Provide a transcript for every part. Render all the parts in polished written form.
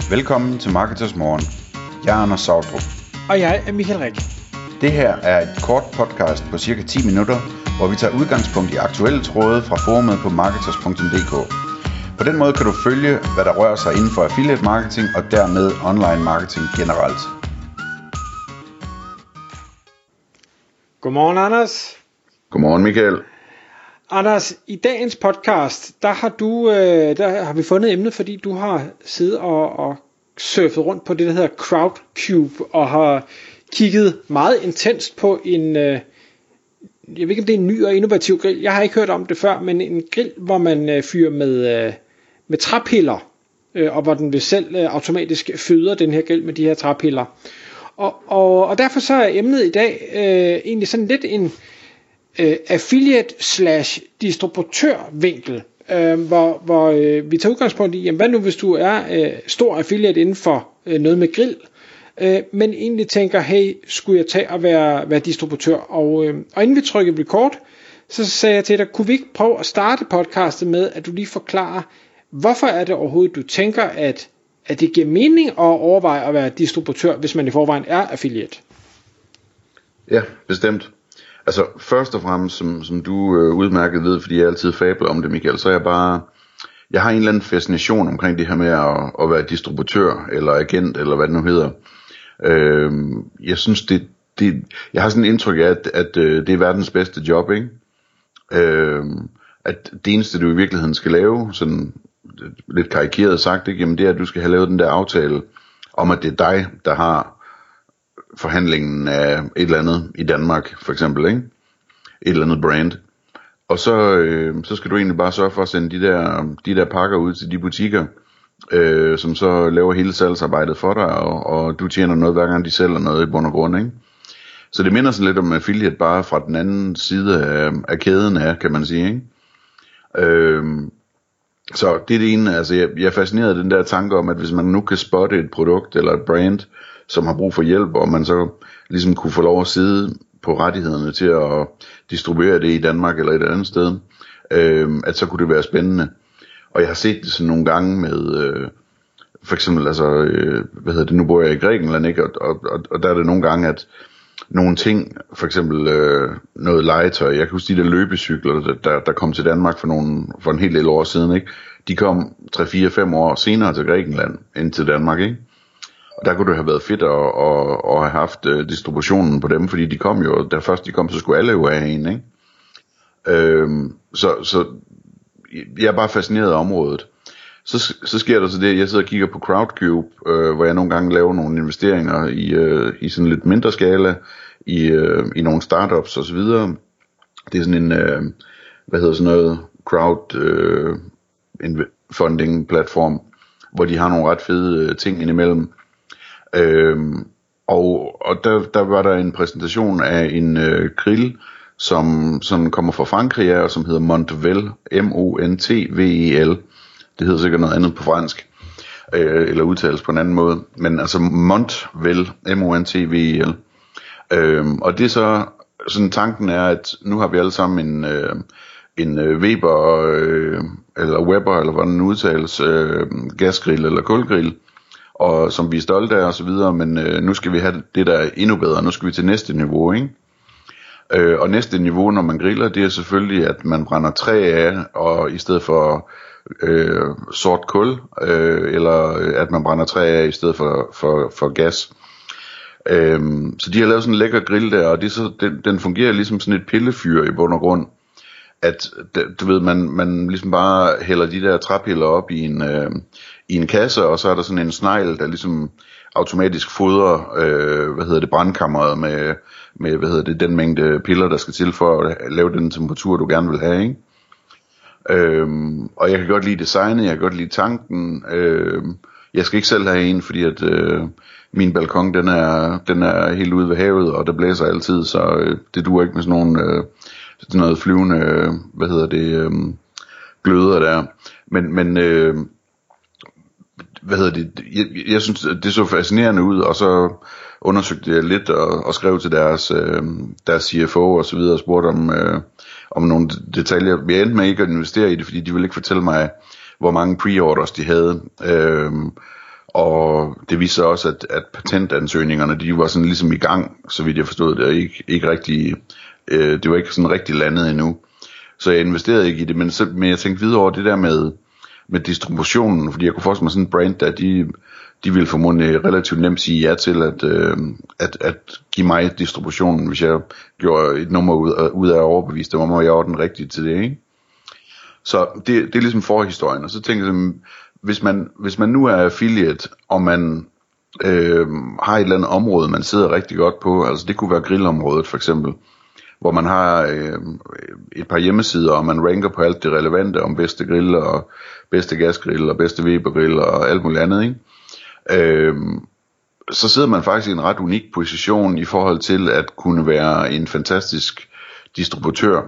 Velkommen til Marketers Morgen. Jeg er Anders Sautrup. Og jeg er Michael Rik. Det her er et kort podcast på cirka 10 minutter, hvor vi tager udgangspunkt i aktuelle tråde fra forumet på marketers.dk. På den måde kan du følge, hvad der rører sig inden for affiliate marketing og dermed online marketing generelt. Godmorgen, Anders. Godmorgen, Michael. Anders, i dagens podcast, der har vi fundet emnet, fordi du har siddet og surfet rundt på det, der hedder Crowdcube, og har kigget meget intenst på en, jeg ved ikke om det er en ny og innovativ grill, jeg har ikke hørt om det før, men en grill, hvor man fyrer med træpiller, og hvor den ved selv automatisk føder den her grill med de her træpiller. Og derfor så er emnet i dag egentlig sådan lidt en affiliate/distributør-vinkel, hvor vi tager udgangspunkt i, jamen, hvad nu hvis du er stor affiliate inden for noget med grill, men egentlig tænker, hey, skulle jeg tage og være distributør? Og inden vi trykker record, så sagde jeg til dig, kunne vi ikke prøve at starte podcastet med, at du lige forklarer, hvorfor er det overhovedet, du tænker, at det giver mening at overveje at være distributør, hvis man i forvejen er affiliate? Ja, bestemt. Altså først og fremmest, som du udmærket ved, fordi jeg altid fabler om det, Michael, så er jeg har en eller anden fascination omkring det her med at være distributør, eller agent, eller hvad det nu hedder. Jeg synes, jeg har sådan et indtryk af, at det er verdens bedste job, ikke? At det eneste, du i virkeligheden skal lave, sådan lidt karikeret sagt, ikke? Jamen det er, at du skal have lavet den der aftale, om at det er dig, der har forhandlingen af et eller andet i Danmark, for eksempel, ikke? Et eller andet brand. Og så skal du egentlig bare sørge for at sende de der pakker ud til de butikker, som så laver hele salgsarbejdet for dig, og du tjener noget hver gang de sælger noget i bund og grund, ikke? Så det minder sådan lidt om affiliate, bare fra den anden side af kæden af, kan man sige, ikke? Så det er det ene. Altså jeg er fascineret af den der tanke om, at hvis man nu kan spotte et produkt eller et brand, som har brug for hjælp, og man så ligesom kunne få lov at sidde på rettighederne til at distribuere det i Danmark eller et andet sted, at så kunne det være spændende. Og jeg har set det sådan nogle gange med, for eksempel, altså, nu bor jeg i Grækenland, ikke? Og der er det nogle gange, at nogle ting, for eksempel noget legetøj, jeg kan huske de der løbecykler, der kom til Danmark for en hel del år siden, ikke? De kom 3-4-5 år senere til Grækenland, ind til Danmark, ikke? Og der kunne det have været fedt at have haft distributionen på dem, fordi de kom jo, da først de kom, så skulle alle jo have en, ikke? Så jeg er bare fascineret af området. Så sker der så det, jeg sidder og kigger på Crowdcube, hvor jeg nogle gange laver nogle investeringer i sådan lidt mindre skala, i nogle startups og så videre. Det er sådan en, crowdfunding platform, hvor de har nogle ret fede ting indimellem. Og der var der en præsentation af en grill, som kommer fra Frankrig af, og som hedder Montvel, M-O-N-T-V-E-L. Det hedder sikkert noget andet på fransk, eller udtales på en anden måde, men altså Montvel, M-O-N-T-V-E-L. Og det er så, sådan tanken er, at nu har vi alle sammen en Weber, eller Weber, eller hvordan den udtales, gasgrill eller kulgrill, og som vi er stolte af og så videre, men nu skal vi have det, der er endnu bedre. Nu skal vi til næste niveau, ikke? Og næste niveau, når man griller, det er selvfølgelig, at man brænder træ af, og i stedet for sort kul, eller at man brænder træ af i stedet for gas. Så de har lavet sådan en lækker grill der, og den fungerer ligesom sådan et pillefyr i bund og grund. At du ved, man ligesom bare hælder de der træpiller op i en kasse, og så er der sådan en snegl, der ligesom automatisk fodrer brandkammeret med den mængde piller, der skal til for at lave den temperatur, du gerne vil have, ikke? Og jeg kan godt lide designet, jeg kan godt lide tanken. Jeg skal ikke selv have en, fordi at min balkon den er helt ude ved havet, og der blæser altid, så det duer ikke med sådan noget flyvende, gløder der. Men jeg synes det så fascinerende ud, og så undersøgte jeg lidt og skrev til deres CFO og så videre og spurgte om nogle detaljer. Vi endte med ikke at investere i det, fordi de ville ikke fortælle mig, hvor mange pre-orders de havde. Og det viser også, at patentansøgningerne, de var sådan ligesom i gang, så vidt jeg forstod det, og ikke rigtig, det var ikke sådan rigtig landet endnu. Så jeg investerede ikke i det, men jeg tænkte videre over det der med distributionen, fordi jeg kunne forestille mig sådan en brand, der de ville formodentlig relativt nemt sige ja til at give mig distributionen, hvis jeg gjorde et nummer ud af at overbevise dem om, at jeg var den rigtige til det, ikke? Så det er ligesom forhistorien, og så tænker jeg, hvis man nu er affiliate, og man har et eller andet område, man sidder rigtig godt på, altså det kunne være grillområdet for eksempel, hvor man har et par hjemmesider, og man ranker på alt det relevante om bedste grill, og bedste gasgrill, og bedste Weber-grill, og alt muligt andet, ikke? Så sidder man faktisk i en ret unik position i forhold til at kunne være en fantastisk distributør.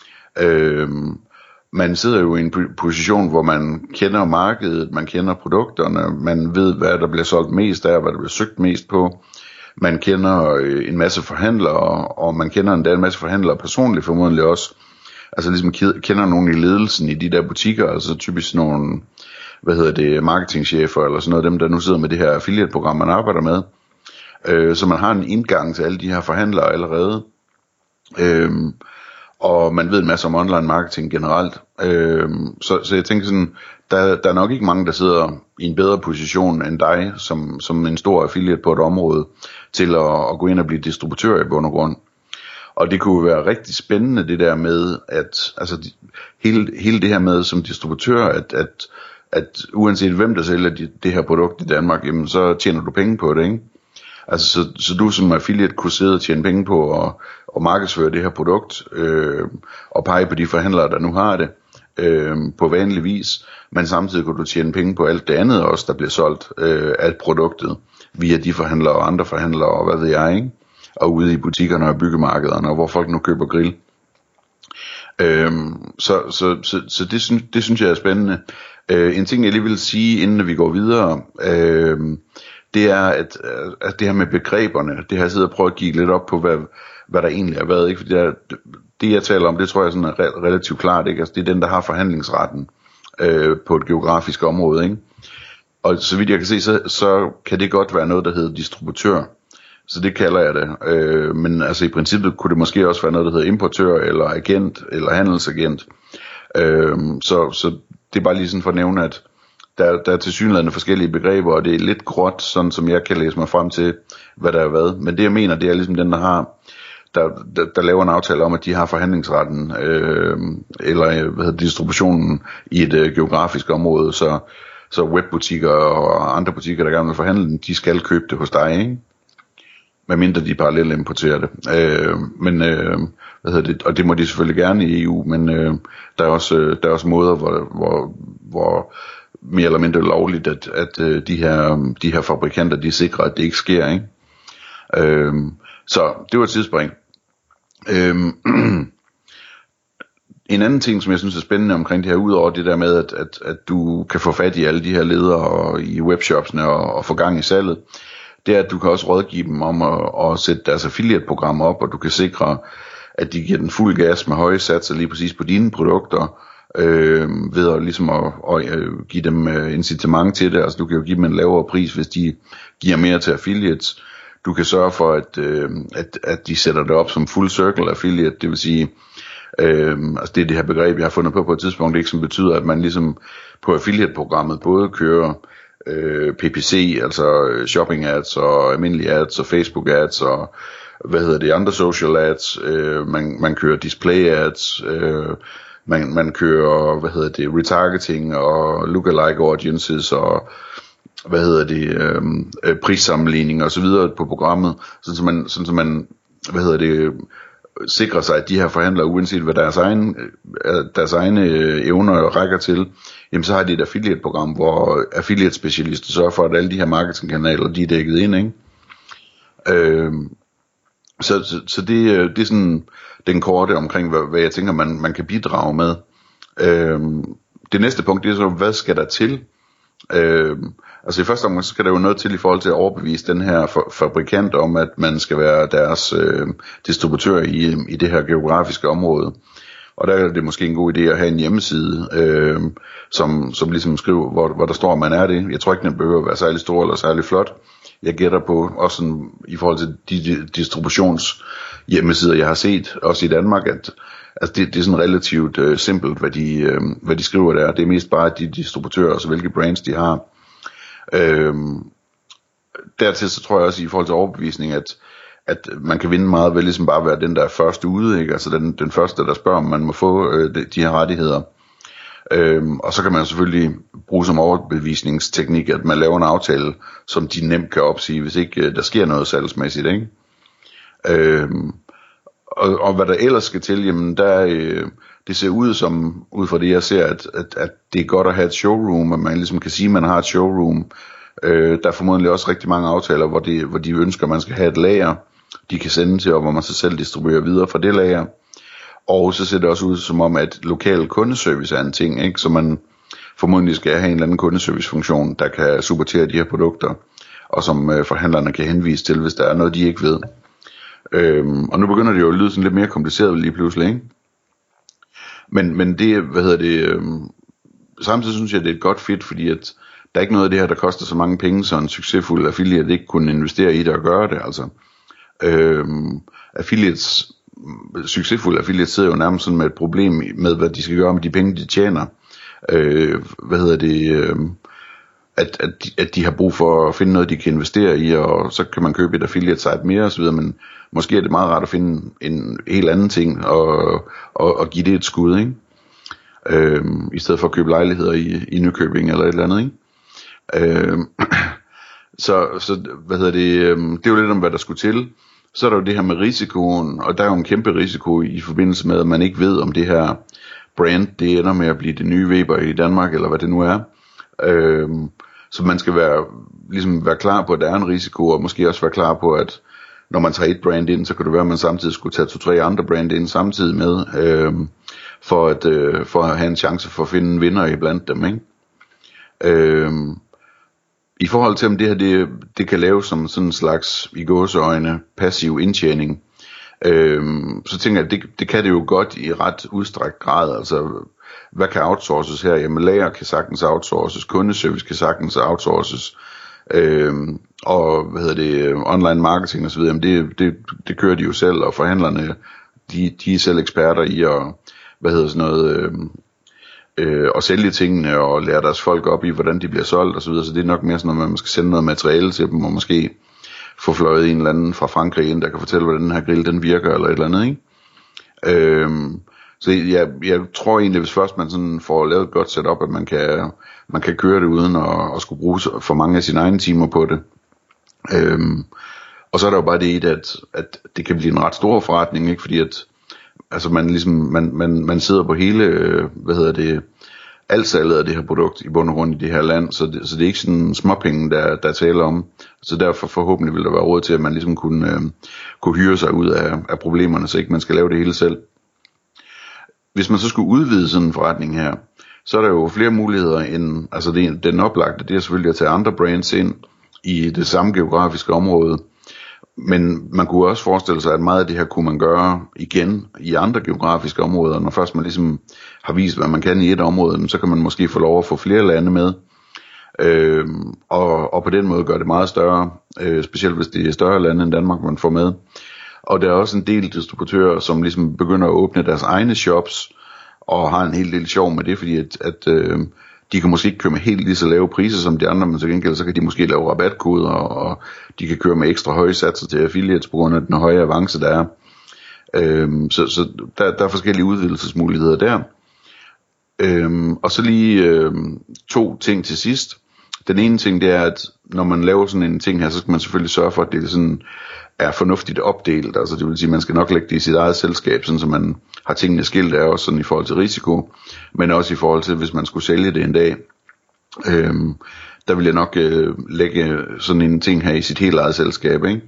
Man sidder jo i en position, hvor man kender markedet, man kender produkterne, man ved, hvad der bliver solgt mest af, hvad der bliver søgt mest på. Man kender en masse forhandlere, og man kender endda en masse forhandlere personligt formodentlig også. Altså ligesom kender nogen i ledelsen i de der butikker, altså typisk nogle, marketingchefer eller sådan noget, dem der nu sidder med det her affiliate-program, man arbejder med. Så man har en indgang til alle de her forhandlere allerede. Og man ved en masse om online marketing generelt. Så jeg tænker sådan, der er nok ikke mange, der sidder i en bedre position end dig, som en stor affiliate på et område, til at gå ind og blive distributør i bund og grund. Og det kunne være rigtig spændende det der med, at altså hele det her med som distributør, at uanset hvem der sælger det her produkt i Danmark, jamen så tjener du penge på det, ikke? Altså så du som affiliate kunne sidde og tjene penge på at markedsføre det her produkt, og pege på de forhandlere, der nu har det, på vanlig vis, men samtidig kunne du tjene penge på alt det andet også, der bliver solgt af produktet, via de forhandlere og andre forhandlere, og hvad ved jeg, ikke? Og ude i butikkerne og byggemarkederne, og hvor folk nu køber grill. Så det synes jeg er spændende. En ting jeg lige vil sige, inden vi går videre, det er, at det her med begreberne, det har jeg siddet og prøvet at kigge lidt op på, hvad der egentlig er været, ikke? Fordi det jeg taler om, det tror jeg sådan er relativt klart, ikke? Altså det er den, der har forhandlingsretten på et geografisk område, ikke? Og så vidt jeg kan se, så kan det godt være noget, der hedder distributør. Så det kalder jeg det. Men altså i princippet kunne det måske også være noget, der hedder importør, eller agent, eller handelsagent. Så det er bare lige sådan for at nævne, at der er tilsyneladende forskellige begreber, og det er lidt gråt, sådan som jeg kan læse mig frem til, hvad der er hvad. Men det jeg mener, det er ligesom den, der laver en aftale om, at de har forhandlingsretten, eller distributionen i et geografisk område, så webbutikker og andre butikker, der gerne vil forhandle den, de skal købe det hos dig, ikke? Medmindre de parallelt importerer det. Og det må de selvfølgelig gerne i EU, men der er også måder, hvor mere eller mindre lovligt, at de her fabrikanter, de sikrer, at det ikke sker, ikke? Så det var et tidsspring. En anden ting, som jeg synes er spændende omkring det her, udover det der med, at du kan få fat i alle de her ledere og i webshopsene og få gang i salget, det er, at du kan også rådgive dem om at sætte deres affiliate-program op, og du kan sikre, at de giver den fuld gas med høje satser lige præcis på dine produkter, ved at ligesom at give dem incitament til det. Altså du kan jo give dem en lavere pris, hvis de giver mere til affiliates. Du kan sørge for, at de sætter det op som full circle affiliate, det vil sige, altså det er det her begreb, jeg har fundet på et tidspunkt, ikke, som betyder, at man ligesom på affiliate-programmet både kører PPC, altså shopping ads og almindelige ads og Facebook ads og andre social ads, man kører display ads, man kører retargeting og lookalike audiences og prissammenligning og så videre på programmet, sådan så man sikrer sig, at de her forhandlere, uanset hvad deres egne evner rækker til, jamen så har de et affiliate-program, hvor affiliate-specialister sørger for, at alle de her marketingkanaler, de er dækket ind, ikke? Så det er sådan den korte omkring, hvad jeg tænker, man kan bidrage med. Det næste punkt, det er så, hvad skal der til? Altså i første omgang, så skal der jo noget til i forhold til at overbevise den her fabrikant om, at man skal være deres distributør i det her geografiske område. Og der er det måske en god idé at have en hjemmeside, som ligesom skriver, hvor der står, at man er det. Jeg tror ikke, den behøver at være særlig stor eller særlig flot. Jeg gætter på, også sådan, i forhold til de distributionshjemmesider, jeg har set, også i Danmark, at altså det er sådan relativt simpelt, hvad de skriver der. Det er mest bare de distributører, altså hvilke brands de har. Dertil så tror jeg også i forhold til overbevisning, at man kan vinde meget ved ligesom bare være den, der er først ude, ikke? Altså den første, der spørger, om man må få de her rettigheder. Og så kan man selvfølgelig bruge som overbevisningsteknik, at man laver en aftale, som de nemt kan opsige, hvis ikke der sker noget salgsmæssigt, ikke? Og hvad der ellers skal til, jamen det ser ud som, ud fra det jeg ser, at det er godt at have et showroom, at man ligesom kan sige, at man har et showroom. Der er formodentlig også rigtig mange aftaler, hvor de ønsker, at man skal have et lager, de kan sende til, og hvor man så selv distribuerer videre fra det lager. Og så ser det også ud som om, at lokal kundeservice er en ting, ikke? Så man formodentlig skal have en eller anden kundeservicefunktion, der kan supportere de her produkter, og som forhandlerne kan henvise til, hvis der er noget, de ikke ved. Og nu begynder det jo at lyde sådan lidt mere kompliceret lige pludselig, ikke? Men det, samtidig synes jeg, det er et godt fit, fordi at der er ikke noget af det her, der koster så mange penge, så en succesfuld affiliate ikke kunne investere i det og gøre det, altså. Succesfulde affiliates sidder jo nærmest sådan med et problem med, hvad de skal gøre med de penge, de tjener. At de har brug for at finde noget, de kan investere i, og så kan man købe et affiliate site mere osv., men måske er det meget rart at finde en helt anden ting og give det et skud, ikke? I stedet for at købe lejligheder i Nykøbing eller et eller andet, ikke? Så det er jo lidt om, hvad der skulle til. Så er der jo det her med risikoen, og der er jo en kæmpe risiko i forbindelse med, at man ikke ved, om det her brand, det ender med at blive det nye Weber i Danmark, eller hvad det nu er. Så man skal være klar på, at der er en risiko, og måske også være klar på, at når man tager et brand ind, så kan det være, at man samtidig skulle tage 2-3 andre brand ind samtidig med, for at have en chance for at finde en vinder iblandt dem, ikke? I forhold til om det her det kan laves som sådan en slags i gåseøjne passiv indtjening, så tænker jeg, at det kan det jo godt i ret udstrækt grad. Altså hvad kan outsources her? Jamen lager kan sagtens outsources, kundeservice kan sagtens outsources, og online marketing og så videre. Jamen det kører de jo selv, og forhandlerne de er selv eksperter i at sælge tingene og lære deres folk op i, hvordan de bliver solgt og så videre. Så det er nok mere sådan noget, at man skal sende noget materiale til dem, og måske få fløjet en eller anden fra Frankrig ind, der kan fortælle, hvordan den her grill den virker, eller et eller andet, ikke? Så jeg tror egentlig, hvis først man sådan får lavet et godt setup, at man kan køre det uden at skulle bruge for mange af sine egne timer på det. Og så er der jo bare det i det, at det kan blive en ret stor forretning, ikke? Fordi at altså man sidder på hele, alt salget af det her produkt i bund og grund i det her land, så det er ikke sådan småpenge, der taler om. Så derfor forhåbentlig vil der være råd til, at man ligesom kunne hyre sig ud af problemerne, så ikke man skal lave det hele selv. Hvis man så skulle udvide sådan en forretning her, så er der jo flere muligheder end, altså den oplagte, det er selvfølgelig at tage andre brands ind i det samme geografiske område. Men man kunne også forestille sig, at meget af det her kunne man gøre igen i andre geografiske områder. Når først man ligesom har vist, hvad man kan i et område, så kan man måske få lov at få flere lande med. Og på den måde gør det meget større, specielt hvis det er større lande end Danmark, man får med. Og der er også en del distributører, som ligesom begynder at åbne deres egne shops, og har en hel del sjov med det, fordi at de kan måske ikke køre med helt lige så lave priser som de andre, men til gengæld så kan de måske lave rabatkoder, og de kan køre med ekstra høje satser til affiliates på grund af den høje avance, der er. Så der er forskellige udvidelsesmuligheder der. Og så lige 2 ting til sidst. Den ene ting, det er, at når man laver sådan en ting her, så skal man selvfølgelig sørge for, at det sådan er fornuftigt opdelt. Altså det vil sige, at man skal nok lægge det i sit eget selskab, sådan så man har tingene skilt af, også sådan i forhold til risiko, men også i forhold til, hvis man skulle sælge det en dag. Der vil jeg nok lægge sådan en ting her i sit helt eget selskab, ikke?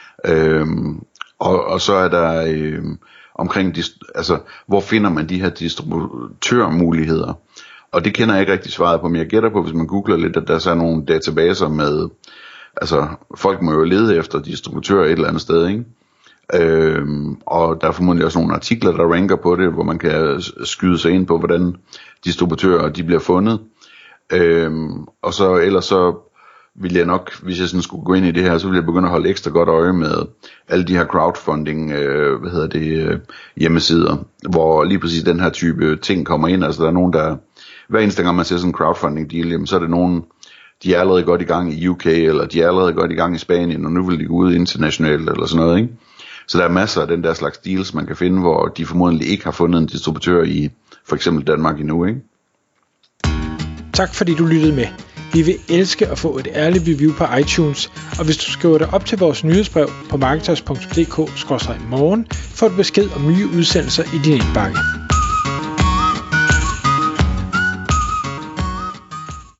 Og så er der omkring, altså hvor finder man de her distributørmuligheder? Og det kender jeg ikke rigtig svaret på, men jeg gætter på, hvis man googler lidt, at der så er nogle databaser med, altså folk må jo lede efter distributører et eller andet sted, ikke? Og der er formodentlig også nogle artikler, der ranker på det, hvor man kan skyde sig ind på, hvordan distributører de bliver fundet. Og så ellers så vil jeg nok, hvis jeg sådan skulle gå ind i det her, så vil jeg begynde at holde ekstra godt øje med alle de her crowdfunding hjemmesider, hvor lige præcis den her type ting kommer ind. Altså der er nogen, der hver eneste gang man ser sådan en crowdfunding deal, jamen, så er det nogen, de er allerede godt i gang i UK, eller de er allerede godt i gang i Spanien, og nu vil de gå ud internationalt, eller sådan noget, ikke? Så der er masser af den der slags deals, man kan finde, hvor de formodentlig ikke har fundet en distributør i for eksempel Danmark endnu, ikke? Tak fordi du lyttede med. Vi vil elske at få et ærligt review på iTunes, og hvis du skriver dig op til vores nyhedsbrev på marketers.dk/morgen, får du besked om nye udsendelser i din indbakke.